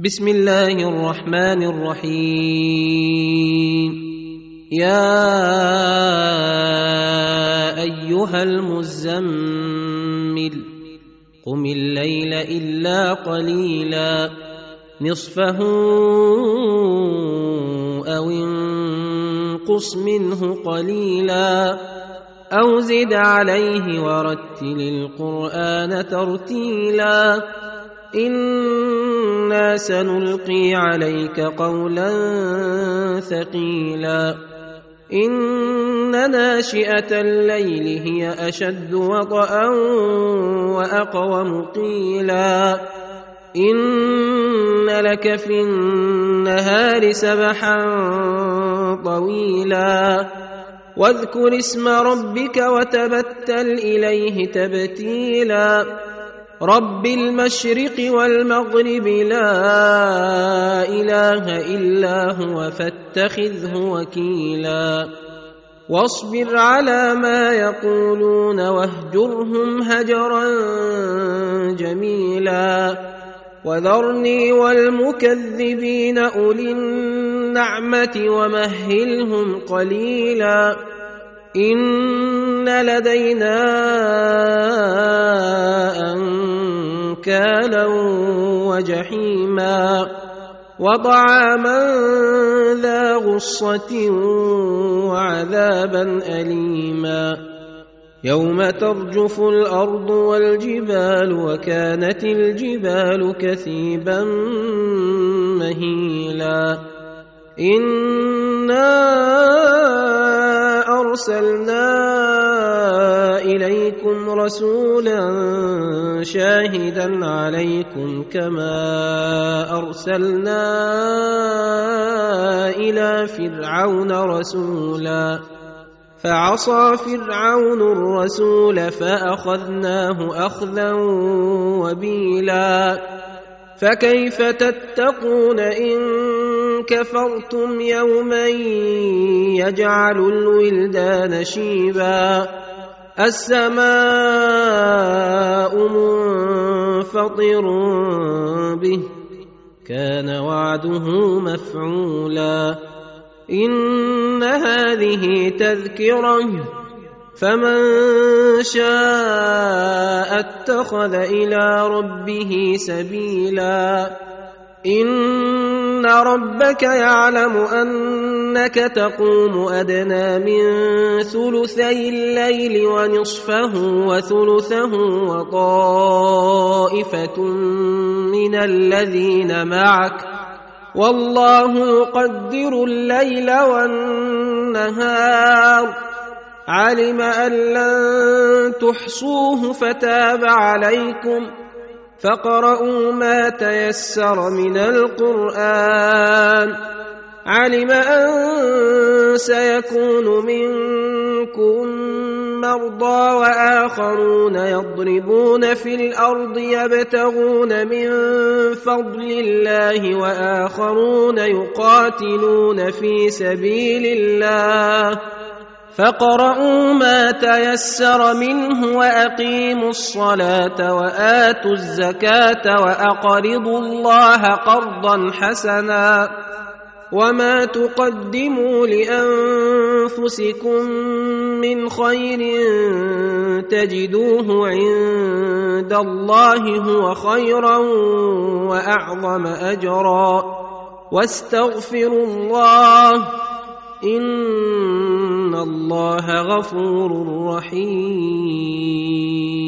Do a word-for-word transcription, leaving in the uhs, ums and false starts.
بسم الله الرحمن الرحيم. يا أيها المزمل قم الليل إلا قليلا نصفه أو انقص منه قليلا أو زد عليه ورتل القرآن ترتيلا إنا سنلقي عليك قولا ثقيلا إن ناشئة الليل هي أشد وطئا وأقوم قيلا إن لك في النهار سبحا طويلا واذكر اسم ربك وتبتل إليه تبتيلا رب المشرق والمغرب لا إله إلا هو فاتخذه وكيلا واصبر على ما يقولون واهجرهم هجرا جميلا وذرني والمكذبين أولي النعمة ومهلهم قليلا إن لدينا أنكالا وجحيما وطعاما ذا غصة وعذابا أليما يوم ترجف الأرض والجبال وكانت الجبال كثيبا مهيلا إنا أرسلنا إليكم رسولا شاهدا عليكم كما أرسلنا إلى فرعون رسولا فعصى فرعون الرسول فأخذناه أخذا وبيلا فكيف تتقون إن كفرتم يوما يجعل الولدان شيبا السماء منفطر به كان وعده مفعولا إن هذه تذكرة فمن شاء اتخذ إلى ربه سبيلا إن ربك يعلم أنك تقوم أدنى من ثلثي الليل ونصفه وثلثه وطائفة من الذين معك والله يقدر الليل والنهار علم أن لن تحصوه فتاب عليكم فاقرؤوا ما تيسر من القرآن علم أن سيكون منكم مرضى وآخرون يضربون في الأرض يبتغون من فضل الله وآخرون يقاتلون في سبيل الله فاقرؤوا ما تيسر منه وأقيموا الصلاة وآتوا الزكاة وأقرضوا الله قرضا حسنا وما تقدموا لأنفسكم من خير تجدوه عند الله هو خيرا وأعظم أجرا واستغفروا الله إن الله غفور رحيم.